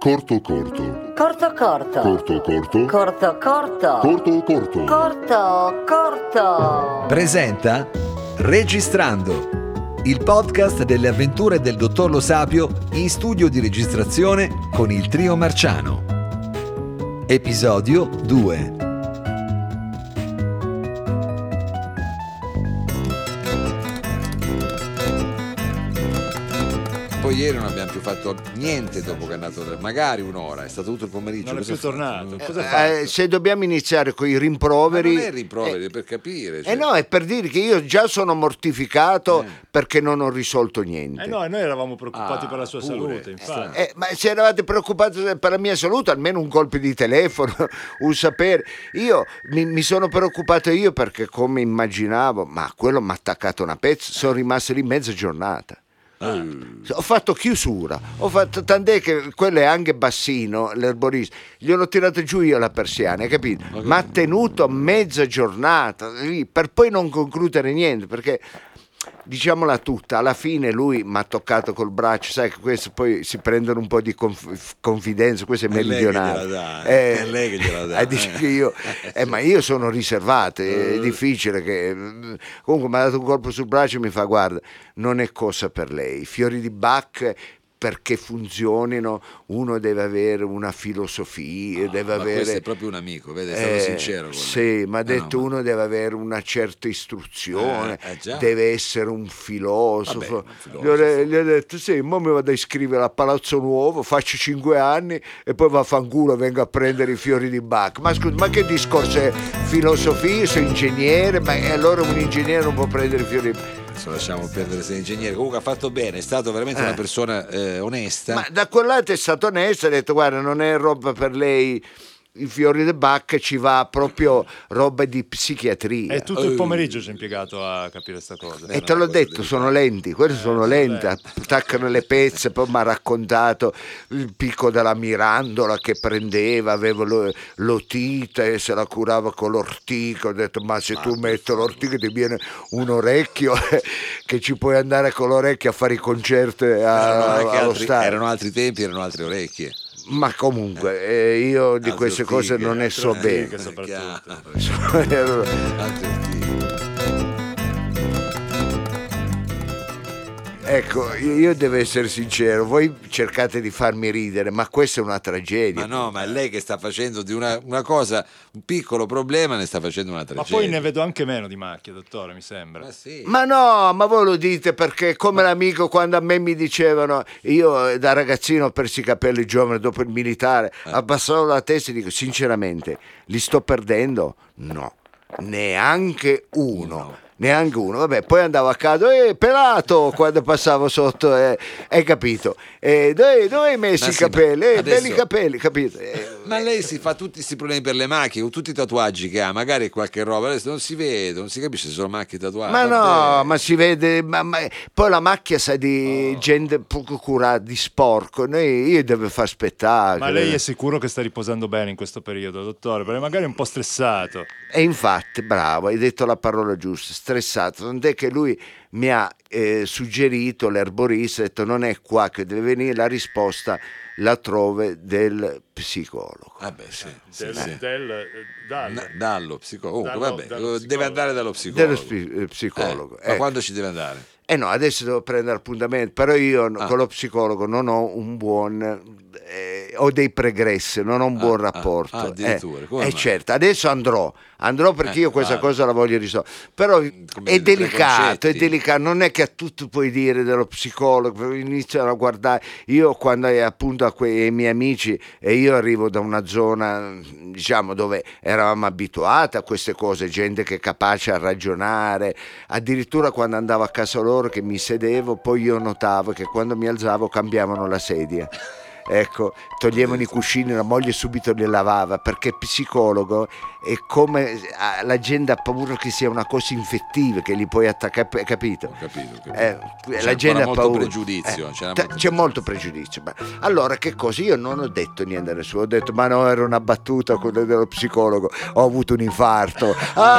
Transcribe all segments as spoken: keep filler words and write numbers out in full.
Corto corto. Corto corto. Corto corto. Corto corto. Corto corto. Corto corto. Presenta Registrando, il podcast delle avventure del dottor Lo Sapio in studio di registrazione con il trio Marciano. Episodio due. Poi ieri non abbiamo più fatto niente dopo che è andato, magari un'ora, è stato tutto il pomeriggio. Non è Cosa più fa? tornato. Eh, Cosa eh, fa? Eh, se dobbiamo iniziare con i rimproveri, Ma non è rimproveri, eh, per capire. eh cioè. no, è per dire che io già sono mortificato Eh. perché non ho risolto niente. Eh no, e noi eravamo preoccupati Ah, per la sua pure. salute, infatti. Eh, ma se eravate preoccupati per la mia salute, almeno un colpo di telefono, un sapere. Io mi, mi sono preoccupato io perché, come immaginavo, ma quello mi ha attaccato una pezza, sono rimasto lì mezza giornata. Ho fatto chiusura, ho fatto, tant'è che quello è anche bassino, l'erborista, gliel'ho tirato giù io la persiana, hai capito? Ma ha tenuto mezza giornata lì, per poi non concludere niente, perché diciamola tutta, alla fine lui mi ha toccato col braccio, sai che questo poi si prendono un po' di conf- confidenza, questo è È lei che meridionale. gliela dà, eh. È lei che gliela dà, eh, dice eh. che io, eh, ma io sono riservato, è Eh. difficile che comunque mi ha dato un colpo sul braccio e mi fa: guarda, non è cosa per lei, i fiori di Bach perché funzionino uno deve avere una filosofia, Ah, deve ma avere, questo è proprio un amico, vede, è stato eh, sincero con sì, lei. ma ha Eh, detto no, ma- uno deve avere una certa istruzione, Eh, eh, già. deve essere un filosofo. Vabbè, un filosofo. Gli, ho, de- gli ho detto: sì, mo mi vado a iscrivere a Palazzo Nuovo, faccio cinque anni e poi vaffanculo vengo a prendere i fiori di Bach. Ma scusa, ma che discorso è? Filosofia, sono ingegnere, ma e allora un ingegnere non può prendere i fiori di Bach? Adesso lasciamo perdere se è ingegnere. Comunque ha fatto bene, è stato veramente Eh. una persona eh, onesta. Ma da quel lato è stato onesto, ha detto: guarda, non è roba per lei, i fiori di Bach, ci va proprio roba di psichiatria. E tutto il pomeriggio si è impiegato a capire sta cosa. E te l'ho detto, sono lenti, quelli sono lenti, attaccano le pezze. Poi mi ha raccontato il picco della mirandola che prendeva, aveva lo- l'otite e se la curava con l'ortico. Ho detto: ma se tu metti l'ortico ti viene un orecchio che ci puoi andare con l'orecchio a fare i concerti a- erano, anche allo altri, stadio. erano altri tempi, erano altre orecchie. Ma comunque eh, io di Altre queste cose ortiche, non ne so altre bene. ortiche soprattutto. Allora, Altre ortiche. ecco, io devo essere sincero, voi cercate di farmi ridere, ma questa è una tragedia. Ma no, ma è lei che sta facendo di una, una cosa, un piccolo problema, ne sta facendo una Ma tragedia. poi ne vedo anche meno di macchie, dottore, mi sembra. Ma sì. Ma no, ma voi lo dite perché come l'amico quando a me mi dicevano, io eh, da ragazzino ho perso i capelli giovane dopo il militare, abbassavo la testa e dico: sinceramente, li sto perdendo? No, neanche uno. Neanche uno, vabbè, poi andavo a casa, eh, pelato, quando passavo sotto, eh, hai capito? Eh, dove, dove hai messo Ma i sì, ma capelli? Eh, adesso- belli capelli, capito? Eh, Ma lei si fa tutti questi problemi per le macchie, con tutti i tatuaggi che ha, magari qualche roba, adesso non si vede, non si capisce se sono macchie tatuate. Ma no, vabbè. ma si vede, ma, ma- poi la macchia sa di gente poco curata, di sporco, noi, io devo far spettacolo. Ma lei è sicuro che sta riposando bene in questo periodo, dottore? Perché magari è un po' stressato. E infatti, bravo, hai detto la parola giusta, stressato, tant'è che lui mi ha eh, suggerito, l'erborista, ha detto: non è qua che deve venire, la risposta la trove del psicologo. Vabbè, sì, sì, Del, sì. del, eh, dal- Da- dallo psicologo, Dallo- vabbè, dallo deve psicologo. andare dallo psicologo. Dello spi- eh, psicologo. Eh, ma ecco. quando ci deve andare? Eh no, adesso devo prendere appuntamento, però io Ah. con lo psicologo non ho un buon, eh, ho dei pregressi, non ho un buon Ah, ah, rapporto. ah, addirittura, eh, come eh, mai? certo, adesso andrò, andrò perché Eh, io questa vada. cosa la voglio risolvere, però Come è dei delicato, è preconcetti. delicato, non è che a tutto puoi dire dello psicologo, iniziano a guardare, io quando è appunto a quei miei amici, e io arrivo da una zona, diciamo, dove eravamo abituati a queste cose, gente che è capace a ragionare, addirittura quando andavo a casa loro che mi sedevo, poi io notavo che quando mi alzavo cambiavano la sedia. Ecco, toglievano i cuscini, la moglie subito li lavava, perché psicologo è come ah, la gente ha paura che sia una cosa infettiva che li puoi attaccare, capito? Ho capito, ho capito. Eh, C'è la gente ancora ha molto paura. pregiudizio, Eh, c'era t- molto c'è molto pregiudizio. Ma allora che cosa? Io non ho detto niente a nessuno, ho detto: ma no, era una battuta quella dello psicologo, ho avuto un infarto.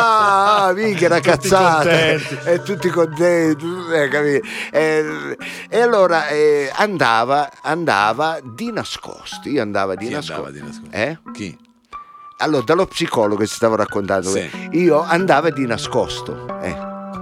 Ah, mica una Tutti cazzata. contenti. E tutti contenti, eh, capito? Eh, e allora eh, andava, andava di nascosto. Io andavo di Chi nascosto. andava di nascosto? Eh? Chi? Allora, dallo psicologo che stavo raccontando, Sì. io andavo di nascosto. Eh.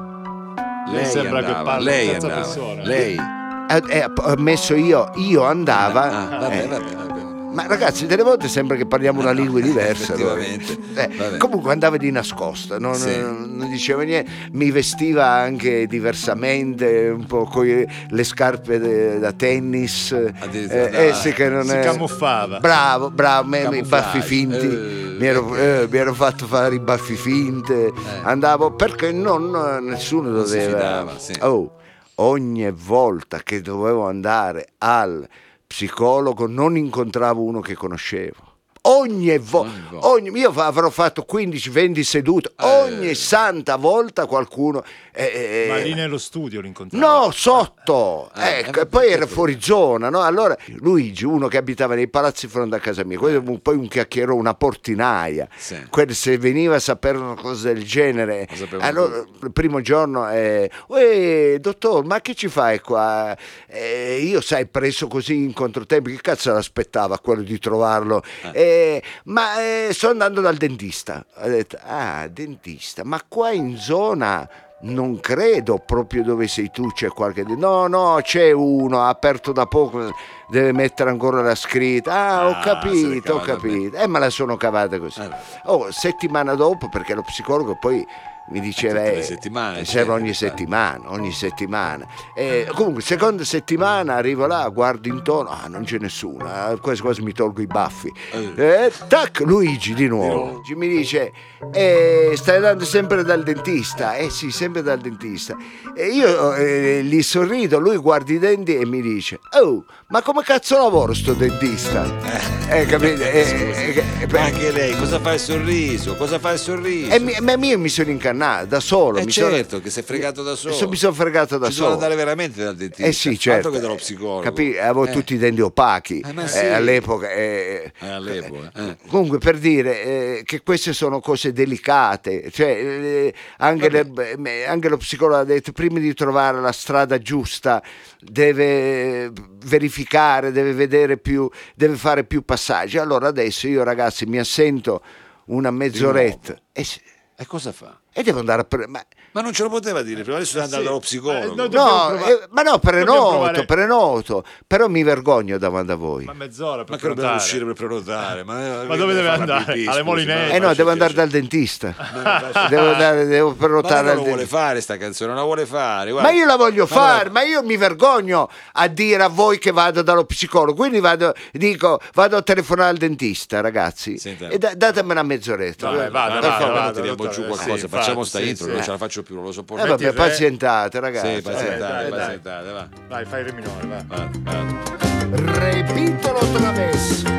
Lei sembra che andava, parli lei in terza andava, persona. lei. Eh, eh, ho messo io, io andava. Ah, vabbè, eh. vabbè, vabbè. Ma ragazzi, delle volte sembra che parliamo una lingua diversa. Effettivamente. Eh, Vabbè. comunque andava di nascosto, non, Sì. non diceva niente, mi vestiva anche diversamente, un po' con le scarpe de- da tennis. Addirittura Eh, eh, andava- sì, che non si è- camuffava. Bravo, bravo, me- i Camuffage. baffi finti. Eh, mi, ero, perché? eh, mi ero fatto fare i baffi finte. Andavo perché non, nessuno Non si doveva. fidava, sì. Oh, ogni volta che dovevo andare al psicologo non incontravo uno che conoscevo. Ogni volta, Ogni volta. ogni, io fa- avrò fatto quindici venti sedute, ogni santa volta qualcuno. eh, Ma eh, lì nello studio l'incontravo. No, sotto, Ah, ecco, eh, e poi perché era tu- fuori zona, no? Allora Luigi, uno che abitava nei palazzi di fronte a casa mia, quello un- poi un chiacchierò, una portinaia, Sì. quello, se veniva a sapere una cosa del genere, Lo sapeva allora il primo giorno, eh, "Uè, dottor, ma che ci fai qua?" Eh, io sai, preso così in controtempo, che cazzo l'aspettava quello di trovarlo? Eh, ma eh, sto andando dal dentista. Ha detto, ah, dentista, ma qua in zona non credo, proprio dove sei tu c'è qualche... No, no, c'è uno, ha aperto da poco, deve mettere ancora la scritta. Ah, ho Ah, se l'è capito, ho cavata capito. Eh, ma la sono cavata così. Eh. Oh, settimana dopo, perché lo psicologo poi mi diceva... tutte le eh, settimane, serve ogni certo. settimana, ogni settimana. E comunque, seconda settimana arrivo là, guardo intorno, ah, non c'è nessuno, ah, quasi quasi mi tolgo i baffi. Eh, tac, Luigi di nuovo. Luigi mi dice, eh, stai andando sempre dal dentista? Eh sì, sempre dal dentista. E io eh, gli sorrido, lui guarda i denti e mi dice, oh, ma come cazzo lavoro sto dentista? Eh, capito? Eh, eh, eh, Ma anche lei, cosa fa il sorriso? Cosa fa il sorriso? e mi, ma io mi sono incannato da solo. Eh mi sono- certo, che sei fregato da solo. so- mi sono fregato da Ci solo. devo andare veramente dal dentista. Eh sì, certo. Altro che dallo psicologo. Capì? Avevo Eh. tutti i denti opachi Eh, ma eh, sì. all'epoca. eh, Eh, all'epoca. eh. Comunque, per dire eh, che queste sono cose delicate, cioè eh, anche, le- eh, anche lo psicologo ha detto, prima di trovare la strada giusta deve verificare, deve vedere più, deve fare più passaggi. Allora adesso io, ragazzi, mi assento una mezz'oretta e, se- E cosa fa? e devo andare a pre- ma- Ma non ce lo poteva dire prima, adesso deve andare sì. dallo psicologo. Eh, no, no, Dobbiamo provare- eh, ma no, dobbiamo prenoto, provare- prenoto, però mi vergogno davanti a voi. Ma mezz'ora per Ma che dobbiamo prenotare. uscire per prenotare? Ma, Ma dove deve fare la andare? pipì, Alle scusi, Molinette? ma Eh no, faccia devo andare piacere. dal dentista. faccia- devo, andare, devo Ma prenotare lei non al lo vuole dentista. fare sta canzone, non la vuole fare. Ma guarda. io la voglio Ma fare, no. ma io mi vergogno a dire a voi che vado dallo psicologo, quindi vado, dico, vado a telefonare al dentista, ragazzi, Senta. e da- datemi una mezz'oretta. Dai, Per vada, Ma favore. vada, per favore, vada, tiriamo dottore, giù sì, qualcosa, infatti, facciamo sta sì, intro, sì. non ce la faccio più, non lo sopporto. Eh vabbè, Metti il re. pazientate, ragazzi. Sì, pazientate, dai, dai. pazientate, va. Vai, fai il re minore, va. Va, va. Repítelo otra vez.